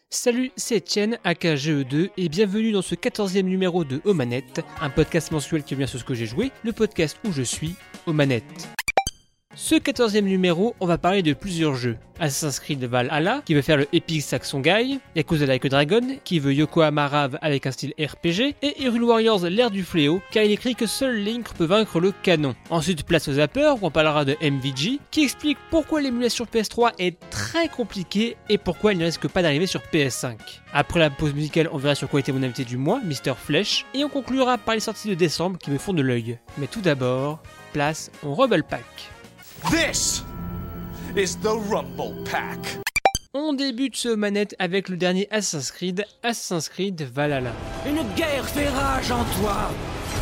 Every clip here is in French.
Salut, c'est Etienne, aka GE2, et bienvenue dans ce 14e numéro de Aux Manettes, un podcast mensuel qui revient sur ce que j'ai joué, le podcast où je suis, aux manettes. Ce 14e numéro, on va parler de plusieurs jeux. Assassin's Creed Valhalla, qui veut faire le Epic Saxon Guy, Yakuza Like a Dragon, qui veut Yokohama Rave avec un style RPG, et Hyrule Warriors l'ère du fléau, car il écrit que seul Link peut vaincre le canon. Ensuite, place aux zappers, où on parlera de MVG, qui explique pourquoi l'émulation PS3 est très compliquée et pourquoi il ne risque pas d'arriver sur PS5. Après la pause musicale, on verra sur quoi était mon invité du mois, Mr. Flèche, et on conclura par les sorties de décembre qui me font de l'œil. Mais tout d'abord, place au Rumble Pack. This is the Rumble Pack. On débute ce manette avec le dernier Assassin's Creed Valhalla. Une guerre fait rage en toi.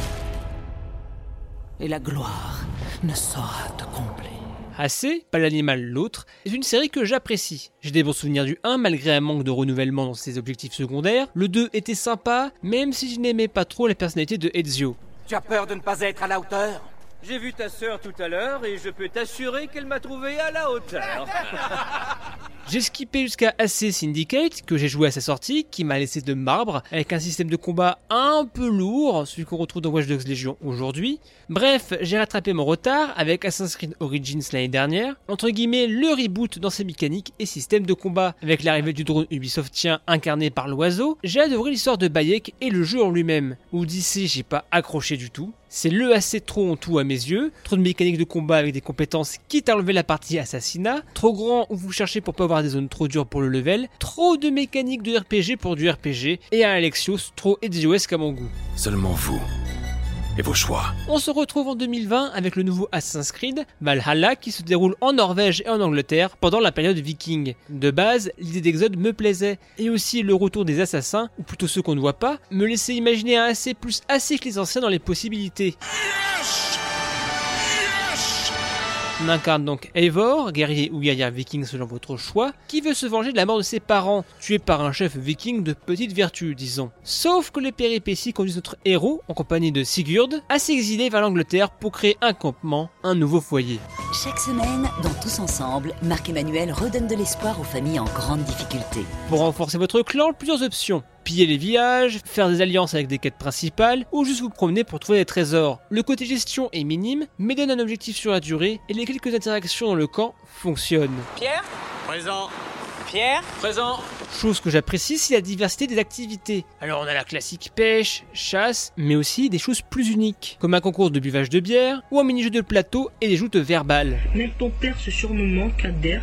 Et la gloire ne saura te combler. AC, pas l'animal l'autre, est une série que j'apprécie. J'ai des bons souvenirs du 1 malgré un manque de renouvellement dans ses objectifs secondaires. Le 2 était sympa, même si je n'aimais pas trop la personnalité de Ezio. Tu as peur de ne pas être à la hauteur ? J'ai vu ta sœur tout à l'heure et je peux t'assurer qu'elle m'a trouvé à la hauteur. J'ai skippé jusqu'à AC Syndicate, que j'ai joué à sa sortie, qui m'a laissé de marbre, avec un système de combat un peu lourd, celui qu'on retrouve dans Watch Dogs Legion aujourd'hui. Bref, j'ai rattrapé mon retard avec Assassin's Creed Origins l'année dernière, entre guillemets le reboot dans ses mécaniques et systèmes de combat. Avec l'arrivée du drone ubisoftien incarné par l'oiseau, j'ai adoré l'histoire de Bayek et le jeu en lui-même. Odyssey, j'ai pas accroché du tout. C'est le assez trop en tout à mes yeux, trop de mécaniques de combat avec des compétences quitte à enlever la partie assassinat, trop grand où vous cherchez pour pas avoir des zones trop dures pour le level, trop de mécaniques de RPG pour du RPG, et un Alexios trop Ezio-esque à mon goût. Seulement vous et vos choix. On se retrouve en 2020 avec le nouveau Assassin's Creed, Valhalla, qui se déroule en Norvège et en Angleterre pendant la période viking. De base, l'idée d'Exode me plaisait, et aussi le retour des assassins, ou plutôt ceux qu'on ne voit pas, me laissait imaginer un AC plus AC que les anciens dans les possibilités. On incarne donc Eivor, guerrier ou guerrière viking selon votre choix, qui veut se venger de la mort de ses parents, tué par un chef viking de petite vertu, disons. Sauf que les péripéties conduisent notre héros, en compagnie de Sigurd, à s'exiler vers l'Angleterre pour créer un campement, un nouveau foyer. Chaque semaine, dans Tous Ensemble, Marc-Emmanuel redonne de l'espoir aux familles en grande difficulté. Pour renforcer votre clan, plusieurs options. Piller les villages, faire des alliances avec des quêtes principales, ou juste vous promener pour trouver des trésors. Le côté gestion est minime, mais donne un objectif sur la durée, et les quelques interactions dans le camp fonctionnent. Pierre ? Présent. Pierre ? Présent. Chose que j'apprécie, c'est la diversité des activités. Alors on a la classique pêche, chasse, mais aussi des choses plus uniques, comme un concours de buvage de bière, ou un mini-jeu de plateau et des joutes verbales. Même ton père se surnommant Kader.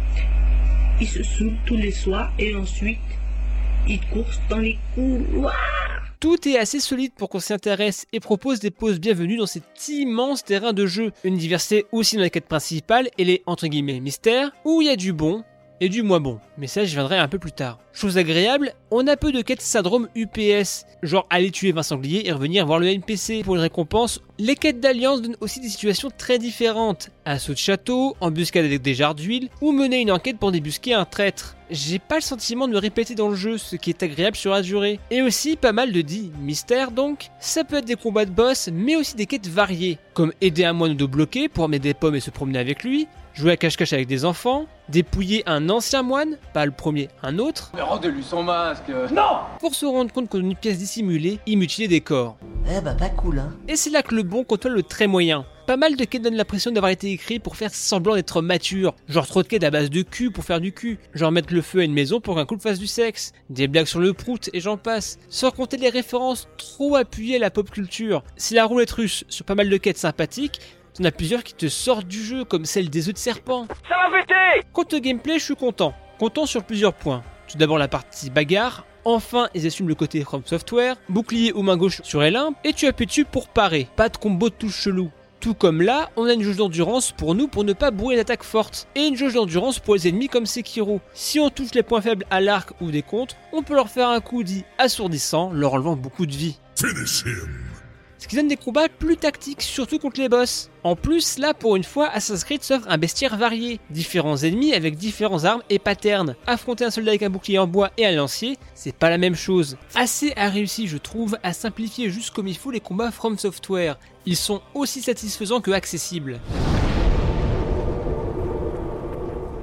Il se saoule tous les soirs et ensuite il court dans les couloirs. Tout est assez solide pour qu'on s'y intéresse et propose des pauses bienvenues dans cet immense terrain de jeu. Une diversité aussi dans les quêtes principales et les entre guillemets mystères, où il y a du bon et du moins bon. Mais ça, j'y viendrai un peu plus tard. Chose agréable, on a peu de quêtes syndrome UPS, genre aller tuer 20 sangliers et revenir voir le NPC pour une récompense. Les quêtes d'alliance donnent aussi des situations très différentes. Assaut de château, embuscade avec des jarres d'huile, ou mener une enquête pour débusquer un traître. J'ai pas le sentiment de me répéter dans le jeu, ce qui est agréable sur la durée. Et aussi pas mal de dits mystères donc. Ça peut être des combats de boss, mais aussi des quêtes variées, comme aider un moine de bloquer pour mettre des pommes et se promener avec lui, jouer à cache-cache avec des enfants, dépouiller un ancien moine, pas le premier, un autre. Mais rendez-lui son masque. Pour se rendre compte qu'on a une pièce dissimulée et mutiler des corps. Eh bah pas cool hein. Et c'est là que le bon côtoie le très moyen. Pas mal de quêtes donnent l'impression d'avoir été écrits pour faire semblant d'être mature. Genre trop de quêtes à base de cul pour faire du cul. Genre mettre le feu à une maison pour qu'un couple fasse du sexe. Des blagues sur le prout et j'en passe. Sans compter les références trop appuyées à la pop culture. C'est la roulette russe sur pas mal de quêtes sympathiques. T'en as plusieurs qui te sortent du jeu, comme celle des œufs de serpent. Ça va péter. Quant au gameplay, je suis content. Content sur plusieurs points. Tout d'abord la partie bagarre. Enfin, ils assument le côté From Software. Bouclier aux mains gauche sur L1. Et tu appuies dessus pour parer. Pas de combo de touches chelou. Tout comme là, on a une jauge d'endurance pour nous pour ne pas bourrer d'attaques fortes. Et une jauge d'endurance pour les ennemis comme Sekiro. Si on touche les points faibles à l'arc ou des contres, on peut leur faire un coup dit assourdissant, leur enlevant beaucoup de vie. Ce qui donne des combats plus tactiques, surtout contre les boss. En plus, là, pour une fois, Assassin's Creed s'offre un bestiaire varié. Différents ennemis avec différentes armes et patterns. Affronter un soldat avec un bouclier en bois et un lancier, c'est pas la même chose. Assez a réussi, je trouve, à simplifier juste comme il faut les combats From Software. Ils sont aussi satisfaisants que accessibles.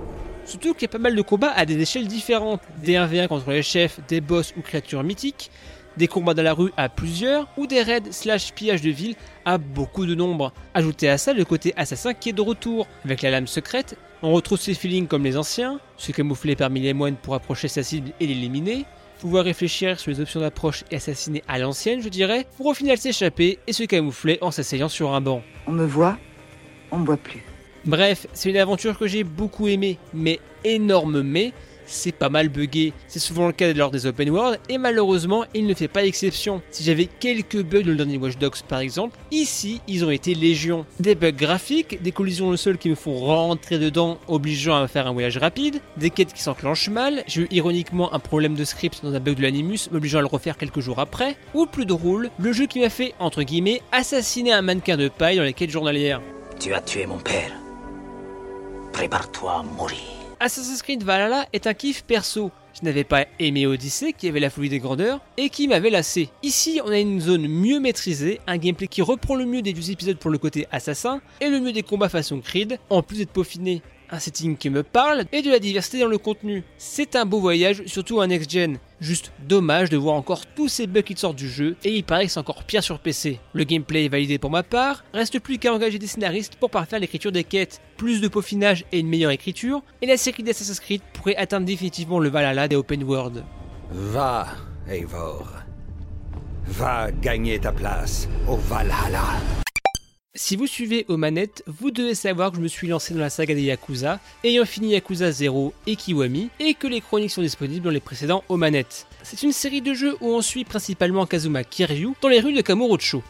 Surtout qu'il y a pas mal de combats à des échelles différentes, des 1v1 contre les chefs, des boss ou créatures mythiques, des combats dans la rue à plusieurs, ou des raids / pillages de ville à beaucoup de nombre. Ajoutez à ça le côté assassin qui est de retour, avec la lame secrète, on retrouve ses feelings comme les anciens, se camoufler parmi les moines pour approcher sa cible et l'éliminer, pouvoir réfléchir sur les options d'approche et assassiner à l'ancienne je dirais, pour au final s'échapper et se camoufler en s'asseyant sur un banc. On me voit, on me voit plus. Bref, c'est une aventure que j'ai beaucoup aimée, mais énorme mais, c'est pas mal buggé. C'est souvent le cas lors des open world et malheureusement il ne fait pas exception. Si j'avais quelques bugs dans le dernier Watch Dogs par exemple, ici ils ont été légion. Des bugs graphiques, des collisions au sol qui me font rentrer dedans, obligeant à faire un voyage rapide, des quêtes qui s'enclenchent mal, j'ai eu ironiquement un problème de script dans un bug de l'Animus m'obligeant à le refaire quelques jours après, ou plus drôle, le jeu qui m'a fait, entre guillemets, assassiner un mannequin de paille dans les quêtes journalières. Tu as tué mon père. Prépare-toi à mourir. Assassin's Creed Valhalla est un kiff perso. Je n'avais pas aimé Odyssey qui avait la folie des grandeurs et qui m'avait lassé. Ici on a une zone mieux maîtrisée, un gameplay qui reprend le mieux des vieux épisodes pour le côté assassin et le mieux des combats façon Creed, en plus d'être peaufiné. Un setting qui me parle et de la diversité dans le contenu. C'est un beau voyage, surtout un next-gen. Juste dommage de voir encore tous ces bugs qui sortent du jeu et il paraît que c'est encore pire sur PC. Le gameplay est validé pour ma part, reste plus qu'à engager des scénaristes pour parfaire l'écriture des quêtes. Plus de peaufinage et une meilleure écriture, et la série d'Assassin's Creed pourrait atteindre définitivement le Valhalla des open world. Va, Eivor. Va gagner ta place au Valhalla. Si vous suivez aux manettes, vous devez savoir que je me suis lancé dans la saga des Yakuza, ayant fini Yakuza 0 et Kiwami, et que les chroniques sont disponibles dans les précédents aux manettes. C'est une série de jeux où on suit principalement Kazuma Kiryu dans les rues de Kamurocho.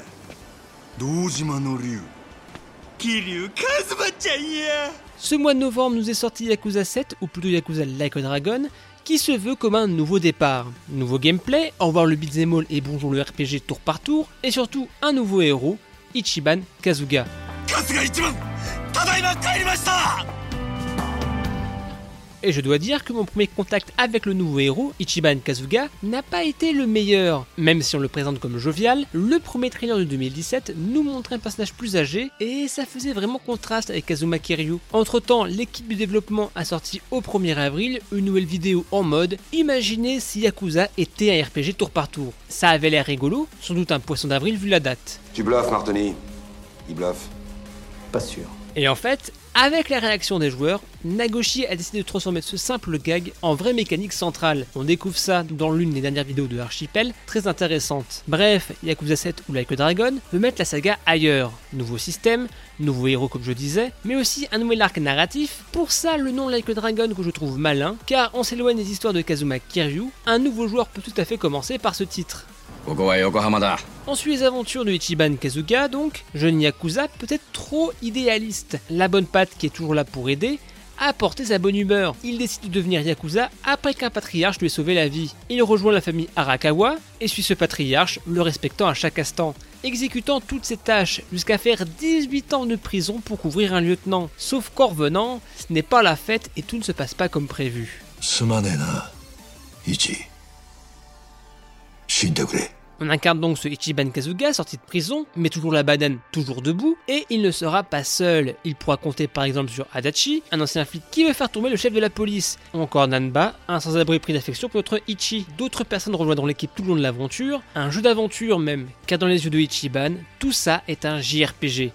Ce mois de novembre nous est sorti Yakuza 7, ou plutôt Yakuza Like a Dragon, qui se veut comme un nouveau départ. Nouveau gameplay, au revoir le beat'em all et bonjour le RPG tour par tour, et surtout un nouveau héros, Ichiban Kasuga. Et je dois dire que mon premier contact avec le nouveau héros, Ichiban Kasuga, n'a pas été le meilleur. Même si on le présente comme jovial, le premier trailer de 2017 nous montrait un personnage plus âgé et ça faisait vraiment contraste avec Kazuma Kiryu. Entre temps, l'équipe du développement a sorti au 1er avril une nouvelle vidéo en mode « Imaginez si Yakuza était un RPG tour par tour ». Ça avait l'air rigolo, sans doute un poisson d'avril vu la date. Tu bluffes, Martoni. Il bluffe. Pas sûr. Et en fait, avec la réaction des joueurs, Nagoshi a décidé de transformer ce simple gag en vraie mécanique centrale. On découvre ça dans l'une des dernières vidéos de Archipel, très intéressante. Bref, Yakuza 7 ou Like a Dragon veut mettre la saga ailleurs. Nouveau système, nouveau héros comme je disais, mais aussi un nouvel arc narratif. Pour ça, le nom Like a Dragon que je trouve malin, car on s'éloigne des histoires de Kazuma Kiryu, un nouveau joueur peut tout à fait commencer par ce titre. On suit les aventures de Ichiban Kasuga donc, jeune Yakuza peut-être trop idéaliste. La bonne patte qui est toujours là pour aider, a apporté sa bonne humeur. Il décide de devenir Yakuza après qu'un patriarche lui ait sauvé la vie. Il rejoint la famille Arakawa et suit ce patriarche, le respectant à chaque instant, exécutant toutes ses tâches jusqu'à faire 18 ans de prison pour couvrir un lieutenant. Sauf qu'en revenant, ce n'est pas la fête et tout ne se passe pas comme prévu. On incarne donc ce Ichiban Kasuga sorti de prison, mais toujours la banane, toujours debout, et il ne sera pas seul. Il pourra compter par exemple sur Adachi, un ancien flic qui veut faire tomber le chef de la police, ou encore Nanba, un sans-abri pris d'affection pour notre Ichi. D'autres personnes rejoindront l'équipe tout le long de l'aventure, un jeu d'aventure même, car dans les yeux de Ichiban, tout ça est un JRPG.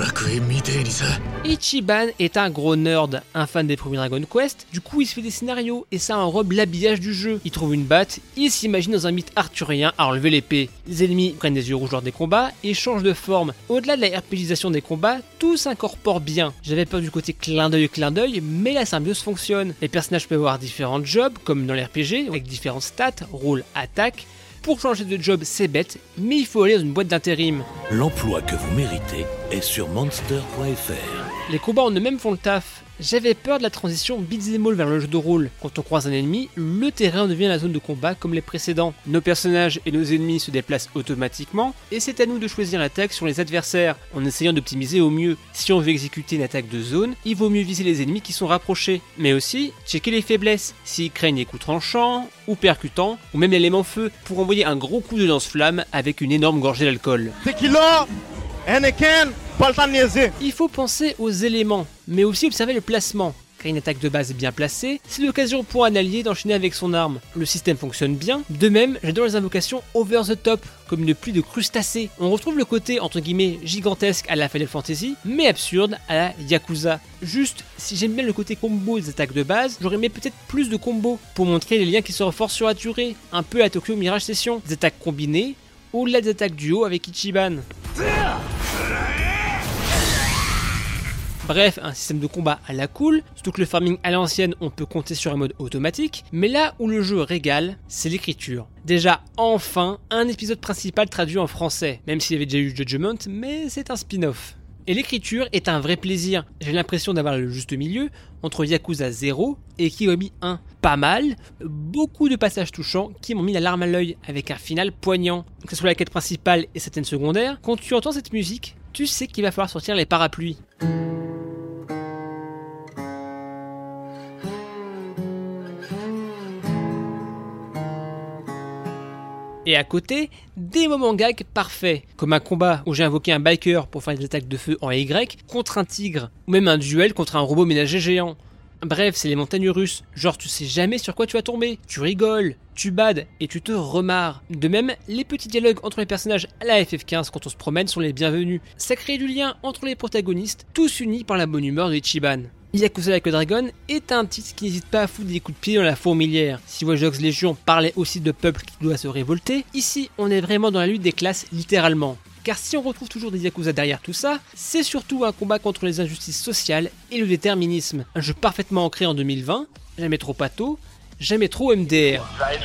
Ichiban est un gros nerd, un fan des premiers Dragon Quest, du coup il se fait des scénarios, et ça enrobe l'habillage du jeu. Il trouve une batte, il s'imagine dans un mythe arthurien à enlever l'épée. Les ennemis prennent des yeux rouges lors des combats et changent de forme. Au-delà de la RPGisation des combats, tout s'incorpore bien. J'avais peur du côté clin d'œil, mais la symbiose fonctionne. Les personnages peuvent avoir différents jobs, comme dans l'RPG, avec différentes stats, rôles, attaques. Pour changer de job, c'est bête, mais il faut aller dans une boîte d'intérim. L'emploi que vous méritez est sur monster.fr. Les combats en eux-mêmes font le taf. J'avais peur de la transition beat'em all vers le jeu de rôle. Quand on croise un ennemi, le terrain devient la zone de combat comme les précédents. Nos personnages et nos ennemis se déplacent automatiquement, et c'est à nous de choisir l'attaque sur les adversaires, en essayant d'optimiser au mieux. Si on veut exécuter une attaque de zone, il vaut mieux viser les ennemis qui sont rapprochés. Mais aussi, checker les faiblesses, s'ils craignent les coups tranchants, ou percutants, ou même l'élément feu, pour envoyer un gros coup de lance-flamme avec une énorme gorgée d'alcool. Tequila, Anakin, pas le temps de niaiser. Il faut penser aux éléments, mais aussi observer le placement. car une attaque de base bien placée, c'est l'occasion pour un allié d'enchaîner avec son arme. Le système fonctionne bien, de même j'adore les invocations over the top, comme une pluie de crustacés. On retrouve le côté entre guillemets gigantesque à la Final Fantasy, mais absurde à la Yakuza. Juste, si j'aime bien le côté combo des attaques de base, j'aurais aimé peut-être plus de combos, pour montrer les liens qui se renforcent sur la durée, un peu à Tokyo Mirage Session, des attaques combinées, au-delà des attaques duo avec Ichiban. Bref, un système de combat à la cool, surtout que le farming à l'ancienne on peut compter sur un mode automatique, mais là où le jeu régale, c'est l'écriture. Déjà, enfin, un épisode principal traduit en français, même s'il y avait déjà eu Judgment, mais c'est un spin-off. Et l'écriture est un vrai plaisir, j'ai l'impression d'avoir le juste milieu entre Yakuza 0 et Kiwami 1. Pas mal, beaucoup de passages touchants qui m'ont mis la larme à l'œil avec un final poignant. Que ce soit la quête principale et certaines secondaires, quand tu entends cette musique, tu sais qu'il va falloir sortir les parapluies. Et à côté, des moments gags parfaits, comme un combat où j'ai invoqué un biker pour faire des attaques de feu en Y contre un tigre, ou même un duel contre un robot ménager géant. Bref, c'est les montagnes russes, genre tu sais jamais sur quoi tu vas tomber, tu rigoles, tu bades et tu te remarres. De même, les petits dialogues entre les personnages à la FF15 quand on se promène sont les bienvenus. Ça crée du lien entre les protagonistes, tous unis par la bonne humeur de Ichiban. Yakuza Like a Dragon est un titre qui n'hésite pas à foutre des coups de pied dans la fourmilière. Si Watch Dogs Legion parlait aussi de peuple qui doit se révolter, ici on est vraiment dans la lutte des classes littéralement. Car si on retrouve toujours des Yakuza derrière tout ça, c'est surtout un combat contre les injustices sociales et le déterminisme. Un jeu parfaitement ancré en 2020, jamais trop pato, jamais trop MDR.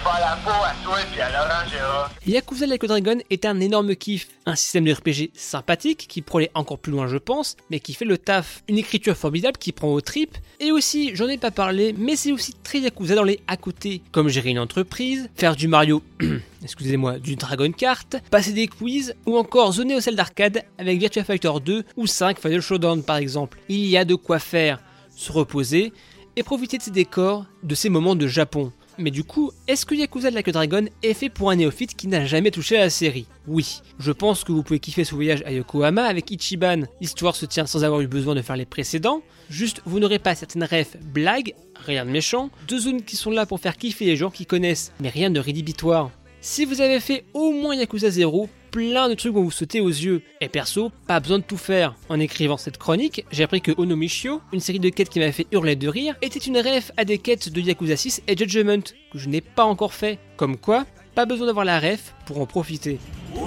Yakuza Like a Dragon est un énorme kiff, un système de RPG sympathique qui pourrait aller encore plus loin je pense, mais qui fait le taf, une écriture formidable qui prend aux tripes, et aussi, j'en ai pas parlé, mais c'est aussi très Yakuza dans les à côté, comme gérer une entreprise, faire du Mario, excusez-moi, du Dragon Kart, passer des quiz, ou encore zoner au salle d'arcade avec Virtua Fighter 2 ou 5 Final Showdown par exemple. Il y a de quoi faire, se reposer, et profiter de ces décors, de ces moments de Japon. Mais du coup, est-ce que Yakuza Like a Dragon est fait pour un néophyte qui n'a jamais touché à la série? Oui, je pense que vous pouvez kiffer ce voyage à Yokohama avec Ichiban. L'histoire se tient sans avoir eu besoin de faire les précédents, juste vous n'aurez pas certaines refs blagues, rien de méchant, deux zones qui sont là pour faire kiffer les gens qui connaissent, mais rien de rédhibitoire. Si vous avez fait au moins Yakuza 0, plein de trucs vont vous sauter aux yeux. Et perso, pas besoin de tout faire. En écrivant cette chronique, j'ai appris que Onomishio, une série de quêtes qui m'avait fait hurler de rire, était une ref à des quêtes de Yakuza 6 et Judgment, que je n'ai pas encore fait. Comme quoi, pas besoin d'avoir la ref pour en profiter.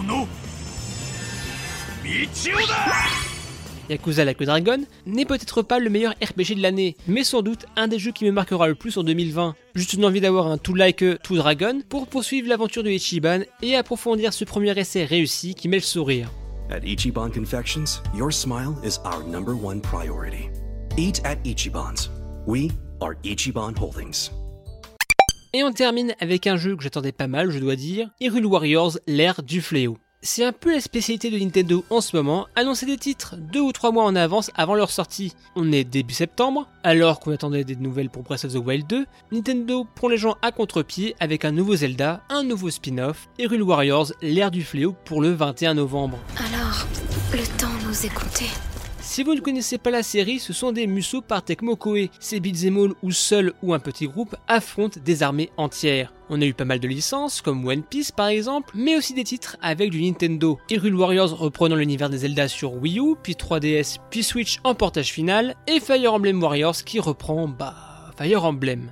Yakuza Like a Dragon n'est peut-être pas le meilleur RPG de l'année, mais sans doute un des jeux qui me marquera le plus en 2020. Juste une envie d'avoir un To Like a To Dragon pour poursuivre l'aventure de Ichiban et approfondir ce premier essai réussi qui met le sourire. At Ichiban Confections, your smile is our #1 priority. Eat at Ichiban's. We are Ichiban Holdings. Et on termine avec un jeu que j'attendais pas mal, je dois dire, Hyrule Warriors, l'ère du fléau. C'est un peu la spécialité de Nintendo en ce moment, annoncer des titres 2 ou 3 mois en avance avant leur sortie. On est début septembre, alors qu'on attendait des nouvelles pour Breath of the Wild 2, Nintendo prend les gens à contre-pied avec un nouveau Zelda, un nouveau spin-off, Hyrule Warriors, l'ère du fléau pour le 21 novembre. Alors, le temps nous est compté. Si vous ne connaissez pas la série, ce sont des Musou par Tecmo Koei. C'est beat'em all où seul ou un petit groupe affrontent des armées entières. On a eu pas mal de licences, comme One Piece par exemple, mais aussi des titres avec du Nintendo. Hyrule Warriors reprenant l'univers des Zelda sur Wii U, puis 3DS, puis Switch en portage final, et Fire Emblem Warriors qui reprend, Fire Emblem.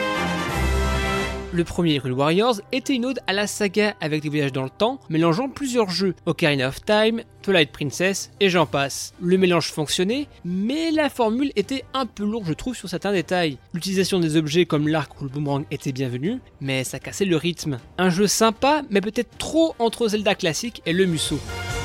Le premier Hyrule Warriors était une ode à la saga avec des voyages dans le temps, mélangeant plusieurs jeux, Ocarina of Time, Twilight Princess et j'en passe. Le mélange fonctionnait, mais la formule était un peu lourde je trouve sur certains détails. L'utilisation des objets comme l'arc ou le boomerang était bienvenue, mais ça cassait le rythme. Un jeu sympa, mais peut-être trop entre Zelda classique et le Musou.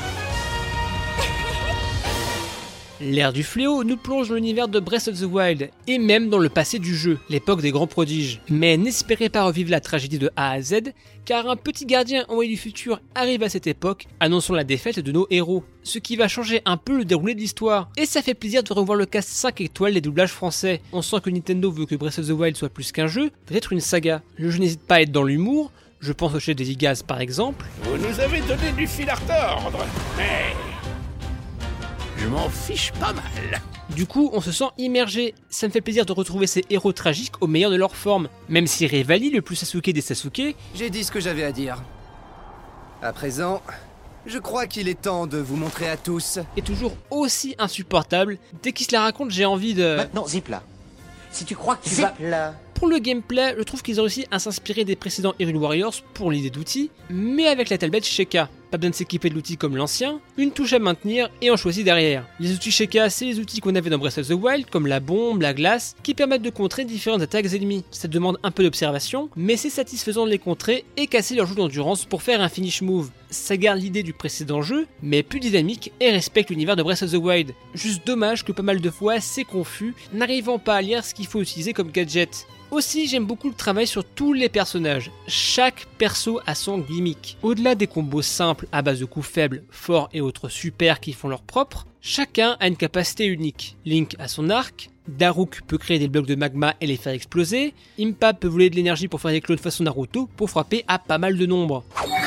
L'ère du fléau nous plonge dans l'univers de Breath of the Wild, et même dans le passé du jeu, l'époque des grands prodiges. Mais n'espérez pas revivre la tragédie de A à Z, car un petit gardien envoyé du futur arrive à cette époque, annonçant la défaite de nos héros. Ce qui va changer un peu le déroulé de l'histoire. Et ça fait plaisir de revoir le cast 5 étoiles des doublages français. On sent que Nintendo veut que Breath of the Wild soit plus qu'un jeu, peut-être une saga. Le jeu n'hésite pas à être dans l'humour, je pense au chef des Igaz par exemple. Vous nous avez donné du fil à retordre, mais... je m'en fiche pas mal. Du coup, on se sent immergé. Ça me fait plaisir de retrouver ces héros tragiques au meilleur de leur forme. Même si Revali, le plus Sasuke des Sasuke... J'ai dit ce que j'avais à dire. À présent, je crois qu'il est temps de vous montrer à tous... est toujours aussi insupportable. Dès qu'il se la raconte, j'ai envie de... Maintenant, zip là. Si tu crois que tu vas... là... Pour le gameplay, je trouve qu'ils ont réussi à s'inspirer des précédents Hyrule Warriors pour l'idée d'outils, mais avec la tablette Sheikah. Pas besoin de s'équiper de l'outil comme l'ancien, une touche à maintenir et on choisit derrière. Les outils Sheikah, c'est les outils qu'on avait dans Breath of the Wild, comme la bombe, la glace, qui permettent de contrer différentes attaques ennemies. Ça demande un peu d'observation, mais c'est satisfaisant de les contrer et casser leur jeu d'endurance pour faire un finish move. Ça garde l'idée du précédent jeu, mais plus dynamique et respecte l'univers de Breath of the Wild. Juste dommage que pas mal de fois c'est confus, n'arrivant pas à lire ce qu'il faut utiliser comme gadget. Aussi, j'aime beaucoup le travail sur tous les personnages. Chaque perso a son gimmick. Au-delà des combos simples à base de coups faibles, forts et autres super qui font leur propre, chacun a une capacité unique. Link a son arc, Daruk peut créer des blocs de magma et les faire exploser, Impa peut voler de l'énergie pour faire des clones façon Naruto pour frapper à pas mal de nombres.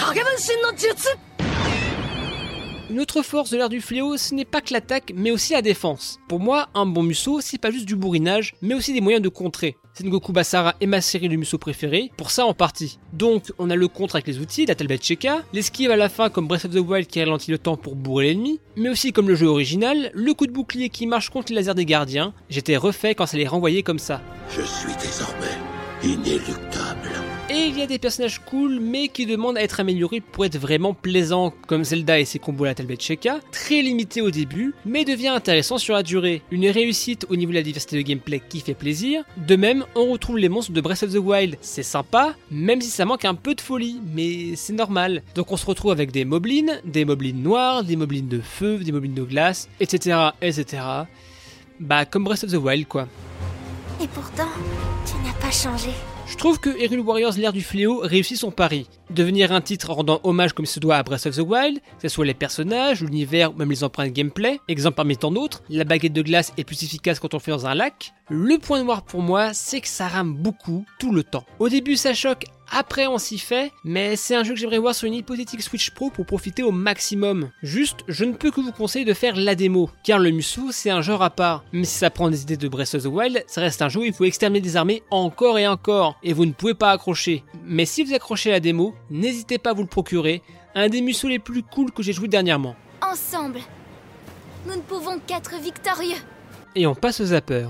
Une autre force de l'ère du fléau, ce n'est pas que l'attaque, mais aussi la défense. Pour moi, un bon Musou, c'est pas juste du bourrinage, mais aussi des moyens de contrer. Sengoku Basara est ma série de Musou préférée, pour ça en partie. Donc, on a le contre avec les outils, la tablette Sheikah, l'esquive à la fin comme Breath of the Wild qui ralentit le temps pour bourrer l'ennemi, mais aussi comme le jeu original, le coup de bouclier qui marche contre les lasers des gardiens. J'étais refait quand ça les renvoyait comme ça. Je suis désormais inéluctable. Et il y a des personnages cool, mais qui demandent à être améliorés pour être vraiment plaisants, comme Zelda et ses combos à la tablette Sheikah, très limité au début, mais devient intéressant sur la durée. Une réussite au niveau de la diversité de gameplay qui fait plaisir. De même, on retrouve les monstres de Breath of the Wild. C'est sympa, même si ça manque un peu de folie, mais c'est normal. Donc on se retrouve avec des moblins noirs, des moblins de feu, des moblins de glace, etc., etc. Bah, comme Breath of the Wild, quoi. Et pourtant, tu n'as pas changé. Je trouve que Hyrule Warriors l'ère du fléau réussit son pari. Devenir un titre rendant hommage comme il se doit à Breath of the Wild, que ce soit les personnages, l'univers ou même les empreintes gameplay, exemple parmi tant d'autres, la baguette de glace est plus efficace quand on le fait dans un lac. Le point noir pour moi, c'est que ça rame beaucoup, tout le temps. Au début ça choque, après on s'y fait, mais c'est un jeu que j'aimerais voir sur une hypothétique Switch Pro pour profiter au maximum. Juste, je ne peux que vous conseiller de faire la démo, car le Musou c'est un genre à part. Même si ça prend des idées de Breath of the Wild, ça reste un jeu où il faut exterminer des armées encore et encore, et vous ne pouvez pas accrocher. Mais si vous accrochez à la démo, n'hésitez pas à vous le procurer, un des Musou les plus cool que j'ai joué dernièrement. Ensemble, nous ne pouvons qu'être victorieux. Et on passe au zapper.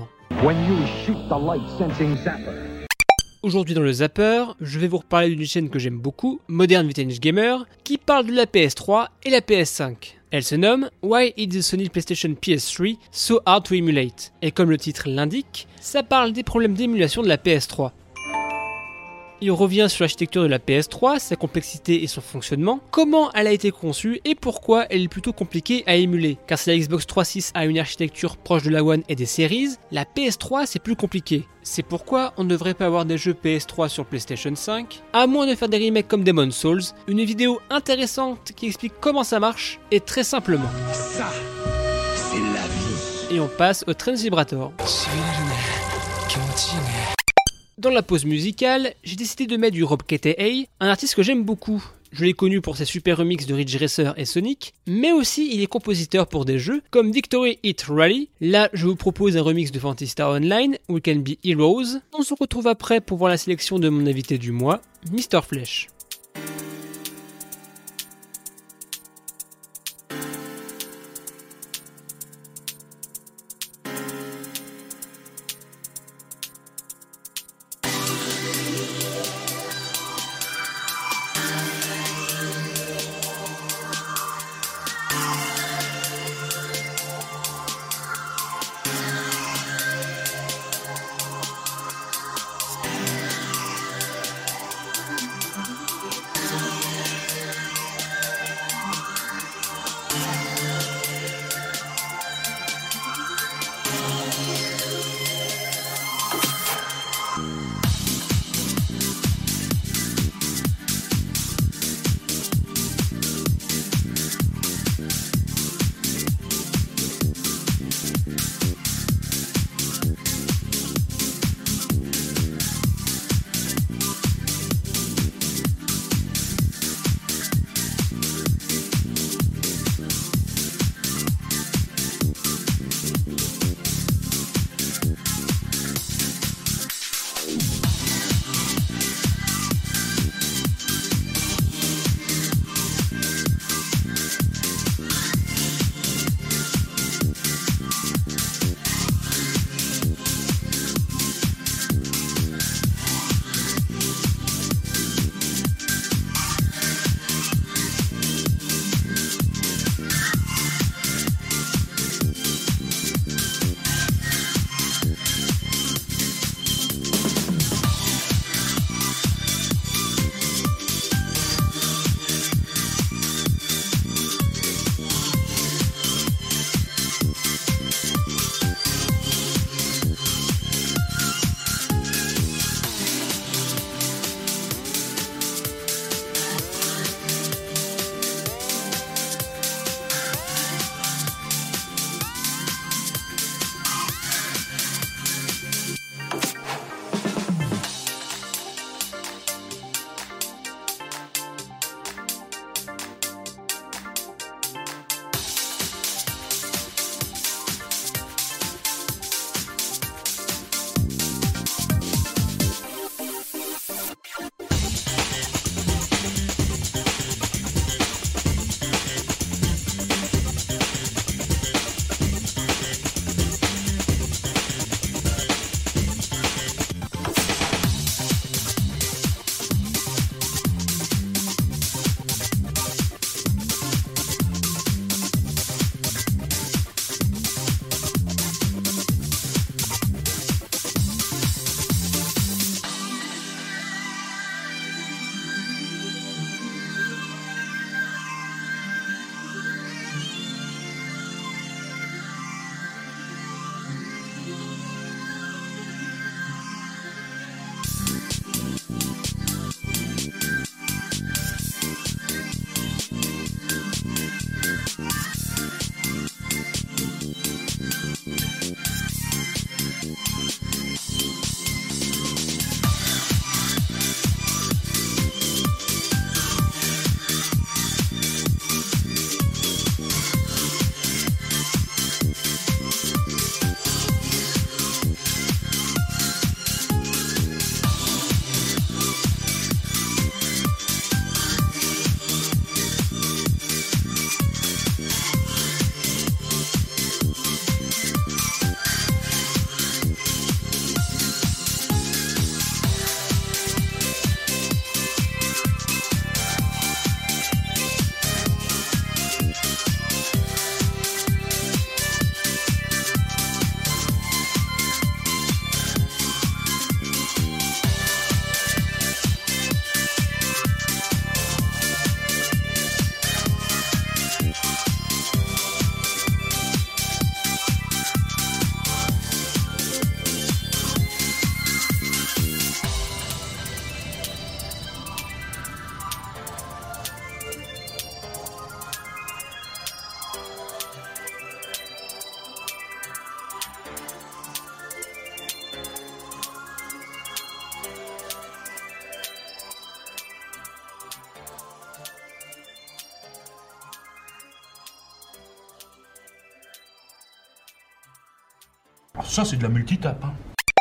Aujourd'hui dans le Zapper, je vais vous reparler d'une chaîne que j'aime beaucoup, Modern Vintage Gamer, qui parle de la PS3 et la PS5. Elle se nomme Why is the Sony PlayStation PS3 so hard to emulate? Et comme le titre l'indique, ça parle des problèmes d'émulation de la PS3. Il revient sur l'architecture de la PS3, sa complexité et son fonctionnement, comment elle a été conçue et pourquoi elle est plutôt compliquée à émuler. Car si la Xbox 360 a une architecture proche de la One et des Series, la PS3 c'est plus compliqué. C'est pourquoi on ne devrait pas avoir des jeux PS3 sur PlayStation 5, à moins de faire des remakes comme Demon's Souls, une vidéo intéressante qui explique comment ça marche, et très simplement. Ça, c'est la vie. Et on passe au Transvibrator. Dans la pause musicale, j'ai décidé de mettre du Rob Ketehei, un artiste que j'aime beaucoup. Je l'ai connu pour ses super remixes de Ridge Racer et Sonic, mais aussi il est compositeur pour des jeux comme Victory Hit Rally. Là, je vous propose un remix de Phantasy Star Online, We Can Be Heroes. On se retrouve après pour voir la sélection de mon invité du mois, Mr. Flesh. ça c'est de la multitape. Hein.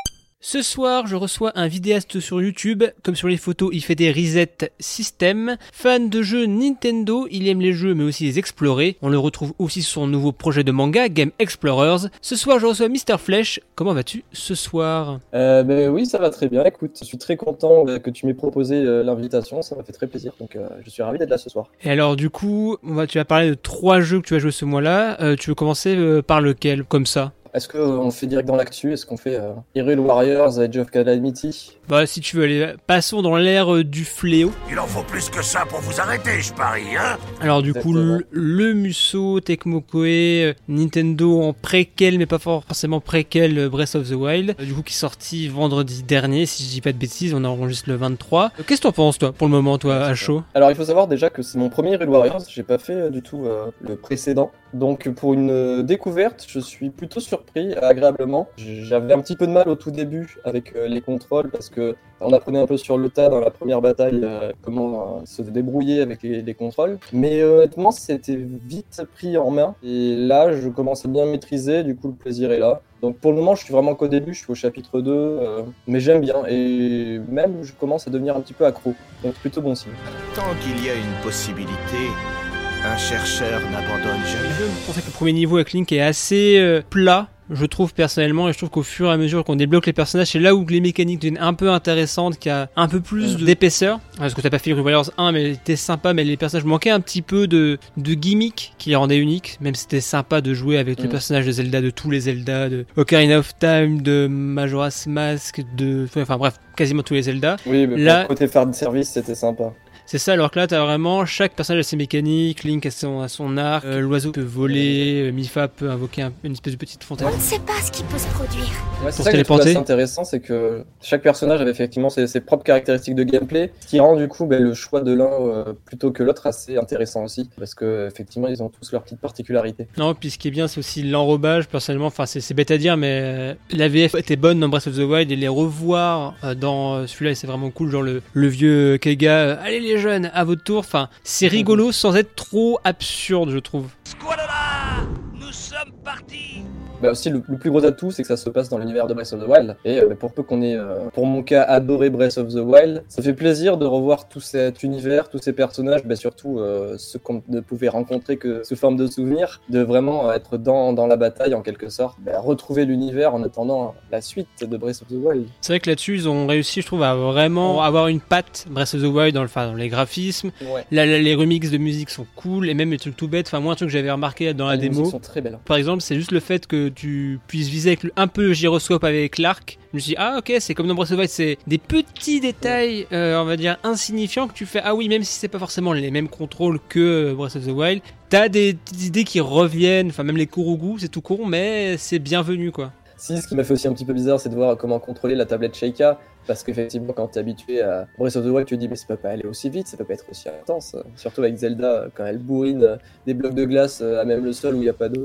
Ce soir, je reçois un vidéaste sur YouTube. Comme sur les photos, il fait des reset system. Fan de jeux Nintendo, il aime les jeux mais aussi les explorer. On le retrouve aussi sur son nouveau projet de manga, Game Explorers. Ce soir, je reçois Mr. Flèche. Comment vas-tu ce soir ? Oui, ça va très bien. Écoute, je suis très content que tu m'aies proposé l'invitation. Ça m'a fait très plaisir. Donc, je suis ravi d'être là ce soir. Et alors, du coup, tu vas parler de 3 jeux que tu vas jouer ce mois-là. Tu veux commencer par lequel, comme ça ? Est-ce qu'on fait direct dans l'actu ? Est-ce qu'on fait Hyrule Warriors, Age of Calamity ? Bah, si tu veux aller, passons dans l'ère du fléau. Il en faut plus que ça pour vous arrêter, je parie, hein ? Alors du coup, le Musou, Tecmo Koei, Nintendo en préquel, mais pas forcément préquel, Breath of the Wild, du coup qui est sorti vendredi dernier, si je dis pas de bêtises, on enregistre le 23. Qu'est-ce que t'en penses toi, pour le moment, toi, à chaud ? Alors il faut savoir déjà que c'est mon premier Hyrule Warriors, j'ai pas fait du tout le précédent. Donc pour une découverte, je suis plutôt surpris, agréablement. J'avais un petit peu de mal au tout début avec les contrôles, parce que on apprenait un peu sur le tas dans la première bataille comment se débrouiller avec les contrôles. Mais honnêtement, c'était vite pris en main. Et là, je commence à bien maîtriser, du coup le plaisir est là. Donc pour le moment, je suis vraiment qu'au début, je suis au chapitre 2, mais j'aime bien. Et même, je commence à devenir un petit peu accro. Donc c'est plutôt bon signe. Tant qu'il y a une possibilité, un chercheur n'abandonne jamais. Je pensais que le premier niveau avec Link est assez plat. Je trouve personnellement, et je trouve qu'au fur et à mesure qu'on débloque les personnages, c'est là où les mécaniques deviennent un peu intéressantes, qu'il y a un peu plus d'épaisseur. Parce que t'as pas fait Hyrule Warriors 1, mais c'était sympa, mais les personnages manquaient un petit peu de gimmick qui les rendait uniques. Même si c'était sympa de jouer avec les personnages de Zelda, de tous les Zelda, de Ocarina of Time, de Majora's Mask, enfin bref, quasiment tous les Zelda. Oui, mais là, pour le côté faire de service, c'était sympa. C'est ça, alors que là, t'as vraiment chaque personnage a ses mécaniques, Link a son arc, l'oiseau peut voler, Mipha peut invoquer une espèce de petite fontaine. On ne sait pas ce qui peut se produire. Ouais, c'est ça que je trouve assez intéressant, c'est que chaque personnage avait effectivement ses propres caractéristiques de gameplay, ce qui rend du coup le choix de l'un plutôt que l'autre assez intéressant aussi, parce que effectivement ils ont tous leurs petites particularités. Non, puis ce qui est bien, c'est aussi l'enrobage, personnellement, enfin c'est bête à dire, mais la VF était bonne dans Breath of the Wild, et les revoir dans celui-là, c'est vraiment cool, genre le vieux Keiga, allez les jeunes, à votre tour, enfin c'est rigolo sans être trop absurde, je trouve. Squadra, nous sommes partis. Bah aussi le plus gros atout, c'est que ça se passe dans l'univers de Breath of the Wild, et pour peu qu'on ait pour mon cas adoré Breath of the Wild, ça fait plaisir de revoir tout cet univers, tous ces personnages, surtout ceux qu'on ne pouvait rencontrer que sous forme de souvenirs, de vraiment être dans la bataille en quelque sorte, retrouver l'univers en attendant la suite de Breath of the Wild. C'est vrai que là-dessus ils ont réussi, je trouve, à vraiment avoir une patte Breath of the Wild dans les graphismes. Les remixes de musique sont cool, et même les trucs tout bêtes, enfin moi un truc que j'avais remarqué dans la démo, sont très belles. Par exemple, c'est juste le fait que tu puisses viser avec un peu le gyroscope avec l'arc. Je me suis dit, ah ok, c'est comme dans Breath of the Wild, c'est des petits détails, on va dire insignifiants, que tu fais, ah oui, même si c'est pas forcément les mêmes contrôles que Breath of the Wild, t'as des petites idées qui reviennent, enfin même les Kurugu, c'est tout con, mais c'est bienvenu quoi. Si, ce qui m'a fait aussi un petit peu bizarre, c'est de voir comment contrôler la tablette Sheikah, parce qu'effectivement, quand t'es habitué à Breath of the Wild, tu te dis, mais ça peut pas aller aussi vite, ça peut pas être aussi intense. Surtout avec Zelda, quand elle bourrine des blocs de glace à même le sol où il n'y a pas d'eau.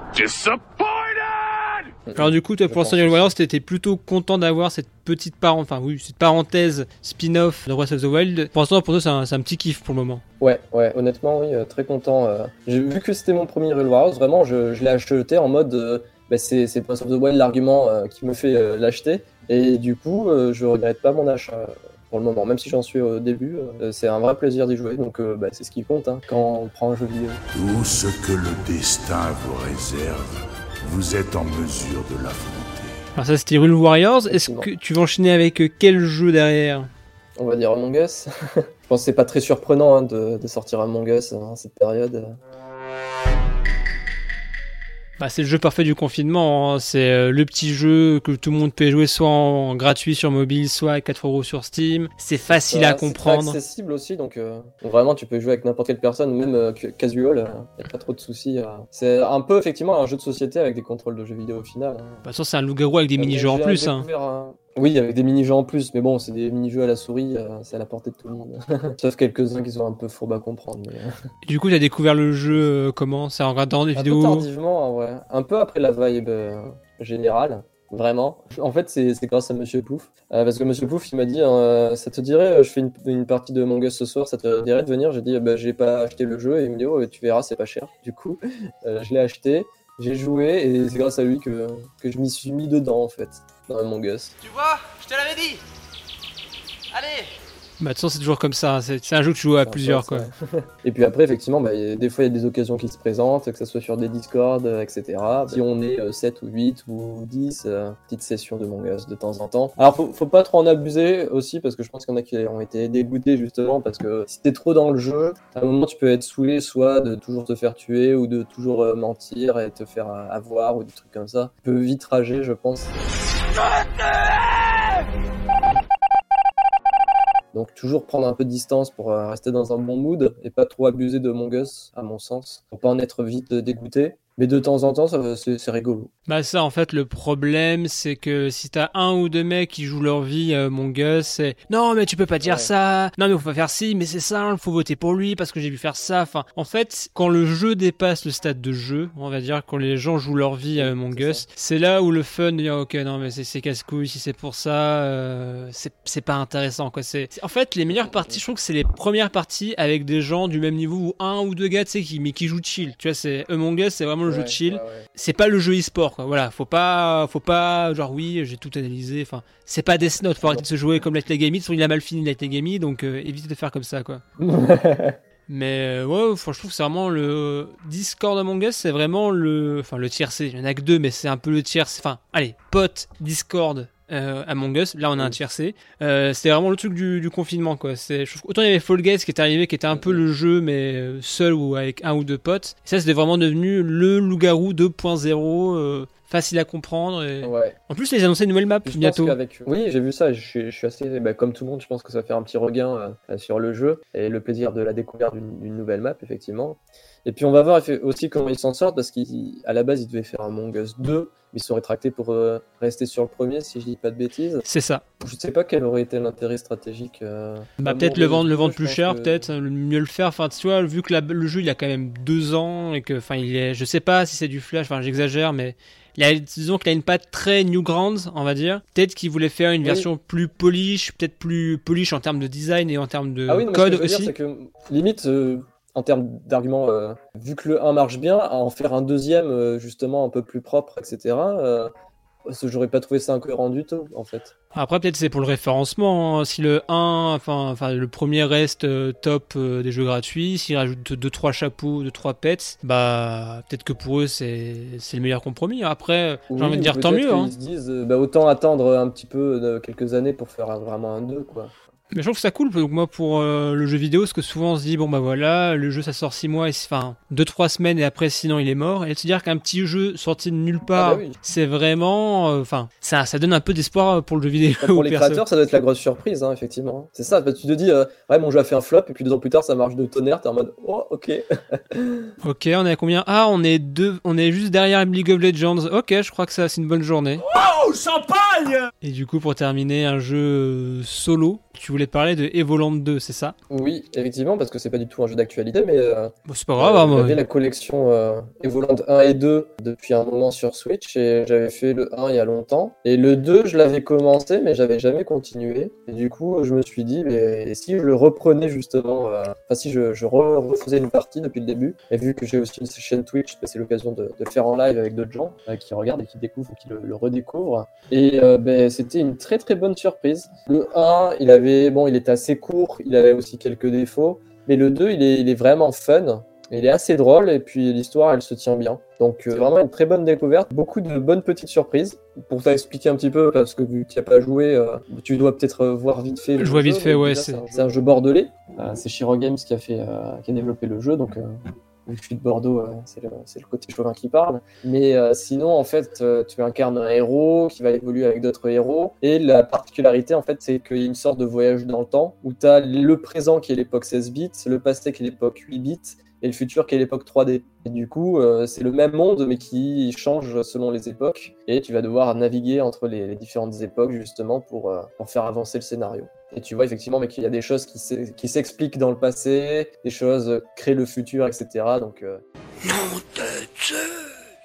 Alors du coup, toi, pour l'instant, Hyrule Warriors, t'étais plutôt content d'avoir cette petite parenthèse spin-off de Breath of the Wild. Pour l'instant, pour toi, c'est un petit kiff pour le moment. Ouais, honnêtement, oui, très content. J'ai vu que c'était mon premier Hyrule Warriors, vraiment, je l'ai acheté en mode... c'est Breath of the Wild l'argument qui me fait l'acheter, et du coup je regrette pas mon achat pour le moment, même si j'en suis au début, c'est un vrai plaisir d'y jouer, donc c'est ce qui compte quand on prend un jeu vidéo. Tout ce que le destin vous réserve, vous êtes en mesure de l'affronter. Alors ça c'était Hyrule Warriors, est-ce que tu vas enchaîner avec quel jeu derrière ? On va dire Among Us. Je pense que c'est pas très surprenant de sortir Among Us en cette période. C'est le jeu parfait du confinement, hein. C'est le petit jeu que tout le monde peut jouer soit en gratuit sur mobile, soit à 4€ sur Steam. C'est facile à comprendre. C'est accessible aussi, donc vraiment tu peux jouer avec n'importe quelle personne, même casual, y a pas trop de soucis. C'est un peu effectivement un jeu de société avec des contrôles de jeux vidéo au final. De toute façon c'est un loup-garou avec des mini-jeux en plus. Oui, avec des mini-jeux en plus, mais bon, c'est des mini-jeux à la souris, c'est à la portée de tout le monde. Sauf quelques-uns qui sont un peu fourbes à comprendre. Mais... Du coup, t'as découvert le jeu comment ? C'est en regardant des vidéos ? Un peu tardivement, ouais. Un peu après la vibe générale, vraiment. En fait, c'est grâce à Monsieur Pouf. Parce que Monsieur Pouf, il m'a dit, ça te dirait, je fais une partie de Among Us ce soir, ça te dirait de venir ? J'ai dit, j'ai pas acheté le jeu, et il me dit, oh, tu verras, c'est pas cher. Du coup, je l'ai acheté. J'ai joué et c'est grâce à lui que je m'y suis mis dedans en fait, dans Among Us. Tu vois, je te l'avais dit. Allez. Bah de toute façon c'est toujours comme ça, hein. C'est un jeu que tu joues à plusieurs quoi. Et puis après effectivement, des fois il y a des occasions qui se présentent, que ce soit sur des Discord, etc. Si on est 7 ou 8 ou 10, petite session de Among Us de temps en temps. Alors faut pas trop en abuser aussi, parce que je pense qu'il y en a qui ont été dégoûtés justement, parce que si t'es trop dans le jeu, à un moment tu peux être saoulé soit de toujours te faire tuer, ou de toujours mentir et te faire avoir, ou des trucs comme ça. Tu peux vite rager je pense. Donc toujours prendre un peu de distance pour rester dans un bon mood et pas trop abuser de Among Us, à mon sens, pour pas en être vite dégoûté. Mais de temps en temps, c'est rigolo. Bah ça, en fait, le problème, c'est que si t'as un ou deux mecs qui jouent leur vie Among Us, c'est « Non, mais tu peux pas dire ça. Non, mais faut pas faire ci, mais c'est ça, faut voter pour lui parce que j'ai vu faire ça. » Enfin, en fait, quand le jeu dépasse le stade de jeu, on va dire, quand les gens jouent leur vie à Among Us, c'est là où le fun de dire « Ok, non, mais c'est casse-couille, si c'est pour ça, c'est pas intéressant, quoi. » En fait, les meilleures parties, je trouve que c'est les premières parties avec des gens du même niveau ou un ou deux gars, tu sais, qui jouent chill. Tu vois, c'est Among Us, c'est vraiment le jeu de chill. C'est pas le jeu e-sport, quoi. Voilà, faut pas genre oui, j'ai tout analysé. Enfin, c'est pas Death Note, faut arrêter de se jouer comme Light Yagami. Il a mal fini Light Yagami, donc évitez de faire comme ça, quoi. Mais ouais, je trouve que c'est vraiment le Discord Among Us, c'est vraiment le tiercé. Il y en a que deux, mais c'est un peu le tiercé. Enfin, allez, pote Discord. Among Us, là on a un tiercé. C'était vraiment le truc du confinement, quoi. Je trouve, autant il y avait Fall Guys qui est arrivé, qui était un peu le jeu, mais seul ou avec un ou deux potes. Et ça, c'était vraiment devenu le loup-garou 2.0, facile à comprendre. Et... Ouais. En plus, ils annonçaient une nouvelle map bientôt. Oui, j'ai vu ça. Je suis assez, comme tout le monde, je pense que ça va faire un petit regain sur le jeu et le plaisir de la découverte d'une nouvelle map, effectivement. Et puis on va voir aussi comment ils s'en sortent, parce qu'à la base ils devaient faire Among Us 2, mais ils sont rétractés pour rester sur le premier, si je dis pas de bêtises. C'est ça. Je sais pas quel aurait été l'intérêt stratégique. Peut-être le vendre plus cher, peut-être mieux le faire. Enfin, tu vois, vu que le jeu il a quand même 2 ans et que, je sais pas si c'est du flash. Enfin, j'exagère, mais disons qu'il a une patte très Newgrounds, on va dire. Peut-être qu'il voulait faire une version plus polish, peut-être plus polish en termes de design et en termes de code aussi. Dire, c'est que limite. En termes d'arguments, vu que le 1 marche bien, à en faire un deuxième justement un peu plus propre, etc., j'aurais pas trouvé ça incohérent du tout, en fait. Après, peut-être c'est pour le référencement, hein. Si le 1, enfin le premier reste top des jeux gratuits, s'ils rajoutent 2-3 chapeaux, 2-3 pets, bah peut-être que pour eux c'est le meilleur compromis. Après, j'ai envie de dire tant mieux. Ils se disent, autant attendre un petit peu quelques années pour faire vraiment un 2, quoi. Mais je trouve que ça cool, donc moi pour le jeu vidéo, parce que souvent on se dit bon bah voilà, le jeu ça sort 6 mois, 2-3 semaines et après sinon il est mort, et de se dire qu'un petit jeu sorti de nulle part, c'est vraiment, ça donne un peu d'espoir pour le jeu vidéo. Pour les créateurs, ça doit être la grosse surprise, hein, effectivement. C'est ça, tu te dis ouais, mon jeu a fait un flop, et puis 2 ans plus tard ça marche de tonnerre, t'es en mode oh ok. Ok, on est à combien? Ah, on est juste derrière League of Legends. Ok, je crois que ça c'est une bonne journée. Oh, champagne! Et du coup pour terminer, un jeu solo. Tu voulais parler de Evoland 2, c'est ça? Oui, effectivement, parce que c'est pas du tout un jeu d'actualité, mais c'est pas grave. J'avais la collection Evoland 1 et 2 depuis un moment sur Switch, et j'avais fait le 1 il y a longtemps. Et le 2, je l'avais commencé, mais j'avais jamais continué. Et du coup, je me suis dit, mais si je le reprenais justement, si je refaisais une partie depuis le début, et vu que j'ai aussi une chaîne Twitch, c'est l'occasion de faire en live avec d'autres gens qui regardent et qui découvrent ou qui le redécouvrent. Et c'était une très très bonne surprise. Le 1, il était assez court, il avait aussi quelques défauts, mais le 2, il est vraiment fun, il est assez drôle, et puis l'histoire, elle se tient bien. Donc vraiment une très bonne découverte, beaucoup de bonnes petites surprises. Pour t'expliquer un petit peu, parce que vu que tu n'as pas joué, tu dois peut-être voir vite fait. Je vois vite fait, ouais. C'est un jeu bordelais, c'est Shiro Games qui a développé le jeu, donc... Je suis de Bordeaux, c'est le côté chauvin qui parle. Mais sinon, en fait, tu incarnes un héros qui va évoluer avec d'autres héros. Et la particularité, en fait, c'est qu'il y a une sorte de voyage dans le temps où tu as le présent qui est l'époque 16 bits, le passé qui est l'époque 8 bits, et le futur qui est l'époque 3D. Et du coup, c'est le même monde, mais qui change selon les époques. Et tu vas devoir naviguer entre les différentes époques, justement, pour faire avancer le scénario. Et tu vois effectivement qu'il y a des choses qui s'expliquent dans le passé, des choses créent le futur, etc. Donc, Non de Zeus!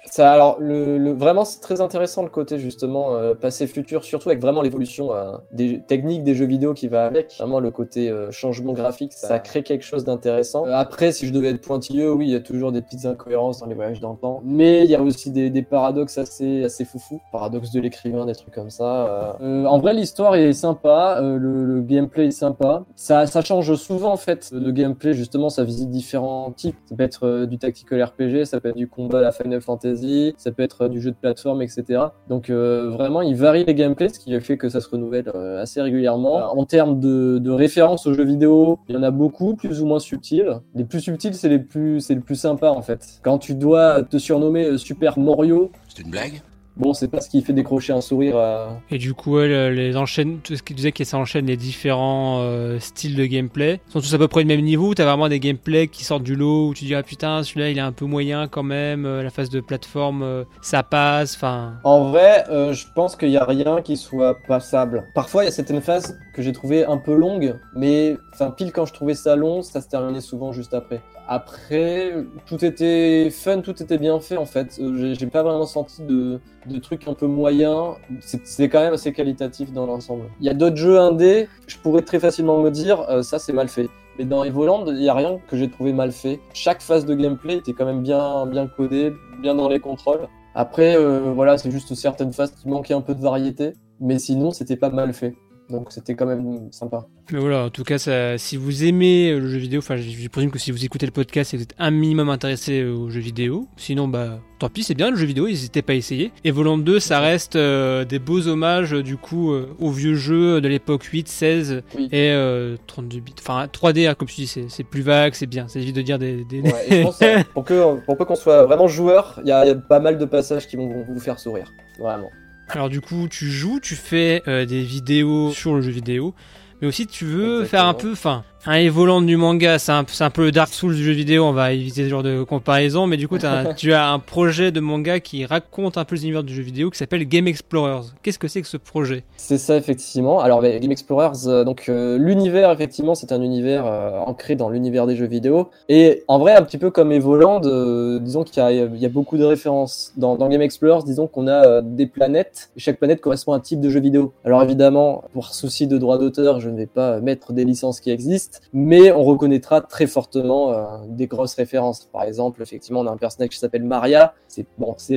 Ça, alors, vraiment, c'est très intéressant le côté justement passé-futur, surtout avec vraiment l'évolution des techniques des jeux vidéo qui va avec. Vraiment, le côté changement graphique, ça crée quelque chose d'intéressant. Après, si je devais être pointilleux, oui, il y a toujours des petites incohérences dans les voyages dans le temps, mais il y a aussi des paradoxes assez foufous, paradoxes de l'écrivain, des trucs comme ça. En vrai, l'histoire est sympa, le gameplay est sympa. Ça change souvent en fait de gameplay, justement, ça visite différents types. Ça peut être du tactical RPG, ça peut être du combat à la Final Fantasy, ça peut être du jeu de plateforme, etc. Donc vraiment, il varie les gameplays, ce qui fait que ça se renouvelle assez régulièrement. En termes de références aux jeux vidéo, il y en a beaucoup, plus ou moins subtils. Les plus subtils, c'est le plus sympa en fait. Quand tu dois te surnommer Super Mario... C'est une blague ? Bon, c'est pas ce qui fait décrocher un sourire. Et du coup, les enchaîne, tout ce qui disait que ça enchaîne les différents styles de gameplay sont tous à peu près du même niveau. T'as vraiment des gameplays qui sortent du lot où tu dis ah putain celui-là il est un peu moyen quand même. La phase de plateforme ça passe. Enfin. En vrai, je pense qu'il y a rien qui soit passable. Parfois il y a certaines phases que j'ai trouvées un peu longues, mais enfin pile quand je trouvais ça long, ça se terminait souvent juste après. Après, tout était fun, tout était bien fait en fait. J'ai pas vraiment senti de trucs un peu moyens. C'est quand même assez qualitatif dans l'ensemble. Il y a d'autres jeux indés, je pourrais très facilement me dire ça c'est mal fait. Mais dans Evoland, il y a rien que j'ai trouvé mal fait. Chaque phase de gameplay était quand même bien codée, bien dans les contrôles. Après, voilà, c'est juste certaines phases qui manquaient un peu de variété, mais sinon c'était pas mal fait. Donc c'était quand même sympa. Mais voilà, en tout cas, si vous aimez le jeu vidéo, enfin je présume que si vous écoutez le podcast, c'est que vous êtes un minimum intéressé aux jeux vidéo. Sinon, bah tant pis, c'est bien le jeu vidéo, n'hésitez pas à essayer. Et Volant 2, ça reste des beaux hommages du coup aux vieux jeux de l'époque 8, 16 et 32 bits. Enfin 3D, hein, comme tu dis, c'est plus vague, c'est bien, c'est évite de dire des... Ouais, et je pense pour peu qu'on soit vraiment joueur, il y a pas mal de passages qui vont vous faire sourire, vraiment. Alors du coup, tu joues, tu fais des vidéos sur le jeu vidéo, mais aussi tu veux faire un peu, enfin, un Evoland du manga, c'est un peu le Dark Souls du jeu vidéo, on va éviter ce genre de comparaison, mais du coup tu as un projet de manga qui raconte un peu l'univers du jeu vidéo qui s'appelle Game Explorers. Qu'est-ce que c'est que ce projet ? C'est ça effectivement. Alors Game Explorers, donc l'univers effectivement c'est un univers ancré dans l'univers des jeux vidéo, et en vrai un petit peu comme Evoland, disons qu'il y a beaucoup de références. Dans Game Explorers, disons qu'on a des planètes, et chaque planète correspond à un type de jeu vidéo. Alors évidemment, pour souci de droit d'auteur, je ne vais pas mettre des licences qui existent, mais on reconnaîtra très fortement des grosses références. Par exemple, effectivement, on a un personnage qui s'appelle Maria. C'est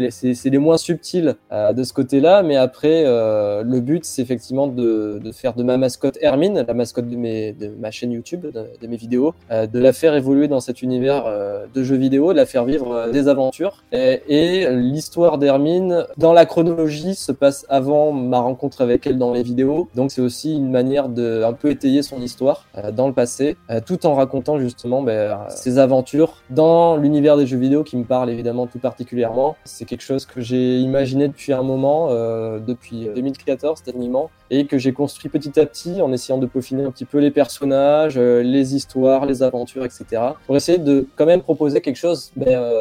les moins subtils de ce côté-là, mais après, le but, c'est effectivement de faire de ma mascotte Hermine, la mascotte de ma chaîne YouTube, de mes vidéos, de la faire évoluer dans cet univers de jeux vidéo, de la faire vivre des aventures. Et l'histoire d'Hermine, dans la chronologie, se passe avant ma rencontre avec elle dans les vidéos. Donc, c'est aussi une manière de un peu étayer son histoire dans le passé, tout en racontant justement ses aventures dans l'univers des jeux vidéo qui me parle évidemment tout particulièrement. C'est quelque chose que j'ai imaginé depuis un moment, depuis 2014 techniquement, et que j'ai construit petit à petit en essayant de peaufiner un petit peu les personnages, les histoires, les aventures, etc. pour essayer de quand même proposer quelque chose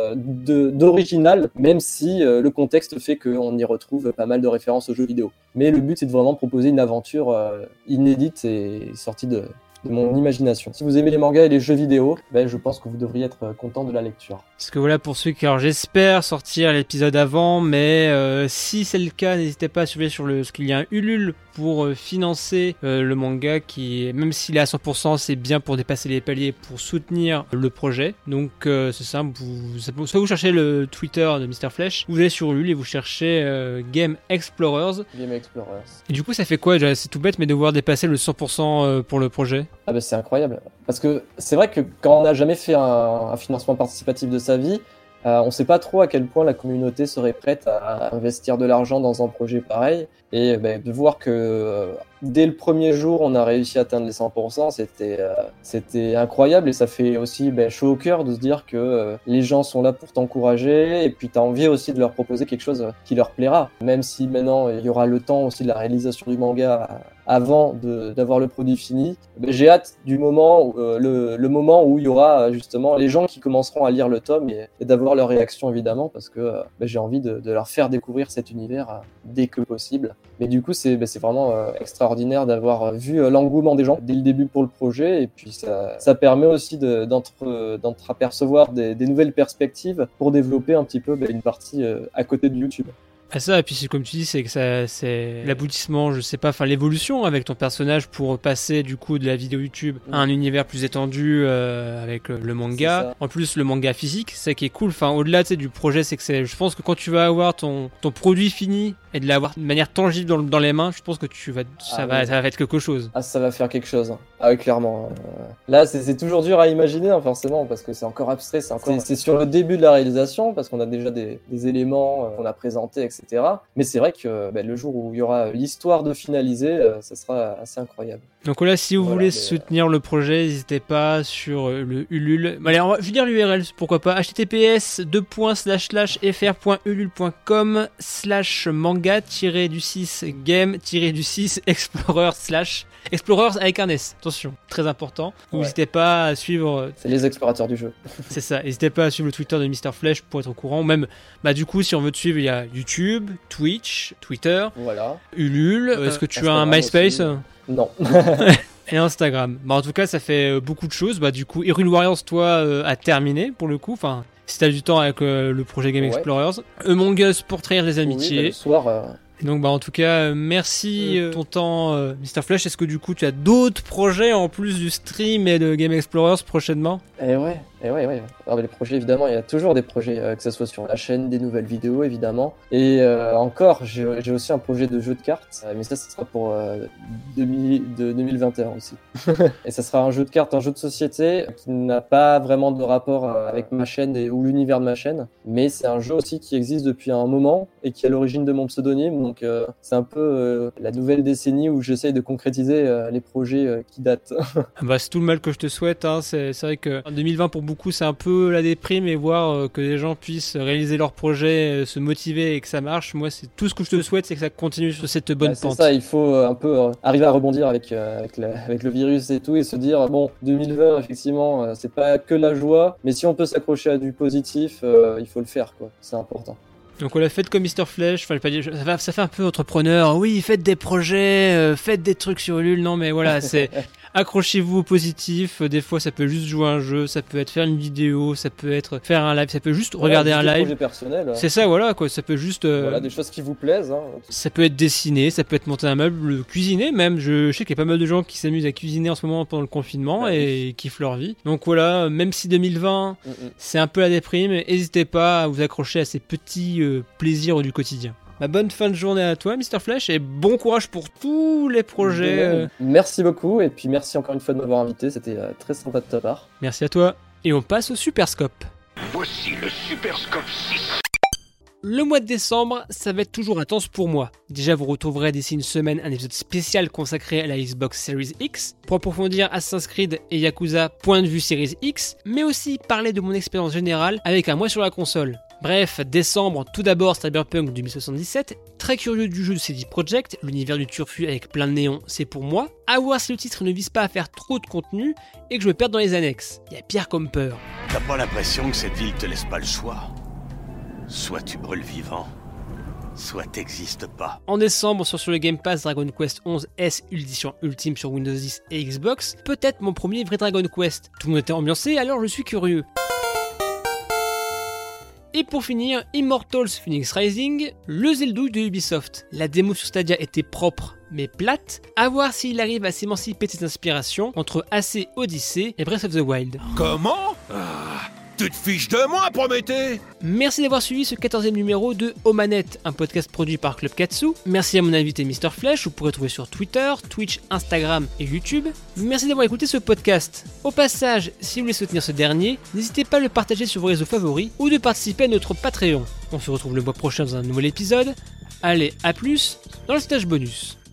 d'original, même si le contexte fait qu'on y retrouve pas mal de références aux jeux vidéo. Mais le but c'est de vraiment proposer une aventure inédite et sortie de mon imagination. Si vous aimez les mangas et les jeux vidéo, je pense que vous devriez être content de la lecture. Parce que voilà, pour ceux qui, alors j'espère sortir l'épisode avant, mais si c'est le cas, n'hésitez pas à surveiller parce qu'il y a un Ulule pour financer le manga qui, même s'il est à 100%, c'est bien pour dépasser les paliers, pour soutenir le projet. Donc c'est simple, soit vous cherchez le Twitter de Mr Flech, vous allez sur Ulule et vous cherchez Game Explorers. Game Explorers. Et du coup, ça fait quoi déjà ? C'est tout bête, mais de devoir dépasser le 100% pour le projet. Ah c'est incroyable. Parce que c'est vrai que quand on n'a jamais fait un financement participatif de sa vie, on sait pas trop à quel point la communauté serait prête à investir de l'argent dans un projet pareil. Et de voir que dès le premier jour, on a réussi à atteindre les 100%, c'était incroyable. Et ça fait aussi chaud au cœur de se dire que les gens sont là pour t'encourager. Et puis tu as envie aussi de leur proposer quelque chose qui leur plaira. Même si maintenant, il y aura le temps aussi de la réalisation du manga avant d'avoir le produit fini. J'ai hâte du moment, le moment où il y aura justement les gens qui commenceront à lire le tome et d'avoir leur réaction évidemment. Parce que j'ai envie de leur faire découvrir cet univers dès que possible. Mais du coup, c'est vraiment extraordinaire d'avoir vu l'engouement des gens dès le début pour le projet, et puis ça permet aussi d'entreapercevoir des nouvelles perspectives pour développer un petit peu une partie à côté de YouTube. Ah ça, et puis c'est comme tu dis, c'est que c'est l'aboutissement, je sais pas, enfin l'évolution avec ton personnage pour passer du coup de la vidéo YouTube à un univers plus étendu avec le manga. En plus, le manga physique, c'est ça qui est cool. Enfin, au-delà du projet, c'est que je pense que quand tu vas avoir ton produit fini et de l'avoir de manière tangible dans les mains, je pense que ça va être quelque chose. Ah, ça va faire quelque chose. Ah oui, clairement. Là, c'est toujours dur à imaginer, hein, forcément, parce que c'est encore abstrait, c'est sur le début de la réalisation, parce qu'on a déjà des éléments qu'on a présentés, etc. Mais c'est vrai que le jour où il y aura l'histoire de finaliser, ça sera assez incroyable. Donc là, si vous voulez soutenir le projet, n'hésitez pas sur le Ulule. Allez, je vais dire l'URL, pourquoi pas. https://fr.ulule.com/manga-game-explorer/ Explorers avec un S, attention, très important. N'hésitez pas à suivre. C'est les explorateurs du jeu. C'est ça, n'hésitez pas à suivre le Twitter de Mr. Flèche pour être au courant. Même, du coup, si on veut te suivre, il y a YouTube, Twitch, Twitter, Ulule. Est-ce que tu as un MySpace aussi? Non. Et Instagram. En tout cas, ça fait beaucoup de choses. Du coup, Hyrule Warriors, toi, a terminé pour le coup. Enfin, si t'as du temps avec le projet Game Explorers. Among Us pour trahir les amitiés. Oui, le soir. Donc en tout cas, merci ton temps, Mr. Flèche. Est-ce que du coup tu as d'autres projets en plus du stream et de Game Explorers prochainement? Eh ouais. Alors, les projets, évidemment, il y a toujours des projets, que ce soit sur la chaîne, des nouvelles vidéos, évidemment. Et encore, j'ai aussi un projet de jeu de cartes, mais ça sera pour 2021 aussi. Et ça sera un jeu de cartes, un jeu de société qui n'a pas vraiment de rapport avec ma chaîne ou l'univers de ma chaîne, mais c'est un jeu aussi qui existe depuis un moment et qui est à l'origine de mon pseudonyme. Donc c'est un peu la nouvelle décennie où j'essaye de concrétiser les projets qui datent. C'est tout le mal que je te souhaite, hein. C'est vrai que en 2020 pour beaucoup c'est un peu la déprime, et voir que les gens puissent réaliser leurs projets, se motiver et que ça marche, moi c'est tout ce que je te souhaite, c'est que ça continue sur cette bonne pente. C'est ça, il faut un peu arriver à rebondir avec le virus et tout, et se dire 2020 effectivement c'est pas que la joie, mais si on peut s'accrocher à du positif, il faut le faire, quoi. C'est important. Donc on l'a fait comme Mr. Flèche, ça fait un peu entrepreneur. Oui, faites des projets, faites des trucs sur Ulule. Non mais voilà, c'est accrochez-vous au positif. Des fois ça peut juste jouer un jeu, ça peut être faire une vidéo, ça peut être faire un live, ça peut juste regarder un live. Personnel, c'est ça, voilà quoi. Ça peut juste des choses qui vous plaisent. Hein. Ça peut être dessiner, ça peut être monter un meuble, cuisiner même. Je sais qu'il y a pas mal de gens qui s'amusent à cuisiner en ce moment pendant le confinement et kiffent leur vie. Donc voilà, même si 2020 c'est un peu la déprime, n'hésitez pas à vous accrocher à ces petits plaisirs du quotidien. Bonne fin de journée à toi, Mr. Flèche, et bon courage pour tous les projets. Merci beaucoup, et puis merci encore une fois de m'avoir invité, c'était très sympa de ta part. Merci à toi, et on passe au Superscope. Voici le Superscope 6. Le mois de décembre, ça va être toujours intense pour moi. Déjà, vous retrouverez d'ici une semaine un épisode spécial consacré à la Xbox Series X, pour approfondir Assassin's Creed et Yakuza point de vue Series X, mais aussi parler de mon expérience générale avec un mois sur la console. Bref, décembre, tout d'abord Cyberpunk 2077, très curieux du jeu de CD Projekt, l'univers du turfu avec plein de néons, c'est pour moi. À voir si le titre ne vise pas à faire trop de contenu et que je me perde dans les annexes. Il y a pire comme peur. T'as pas l'impression que cette ville te laisse pas le choix? Soit tu brûles vivant, soit t'existes pas. En décembre, sur le Game Pass, Dragon Quest 11 S édition ultime sur Windows 10 et Xbox, peut-être mon premier vrai Dragon Quest. Tout le monde était ambiancé, alors je suis curieux. Et pour finir, Immortals Phoenix Rising, le Zeldouille de Ubisoft. La démo sur Stadia était propre mais plate, à voir s'il arrive à s'émanciper de ses inspirations entre AC Odyssey et Breath of the Wild. Comment tu te fiches de moi, Prométhée? Merci d'avoir suivi ce 14e numéro de Aux Manettes, un podcast produit par Club Katsu. Merci à mon invité Mr. Flèche, vous pourrez trouver sur Twitter, Twitch, Instagram et YouTube. Merci d'avoir écouté ce podcast. Au passage, si vous voulez soutenir ce dernier, n'hésitez pas à le partager sur vos réseaux favoris ou de participer à notre Patreon. On se retrouve le mois prochain dans un nouvel épisode. Allez, à plus dans le stage bonus.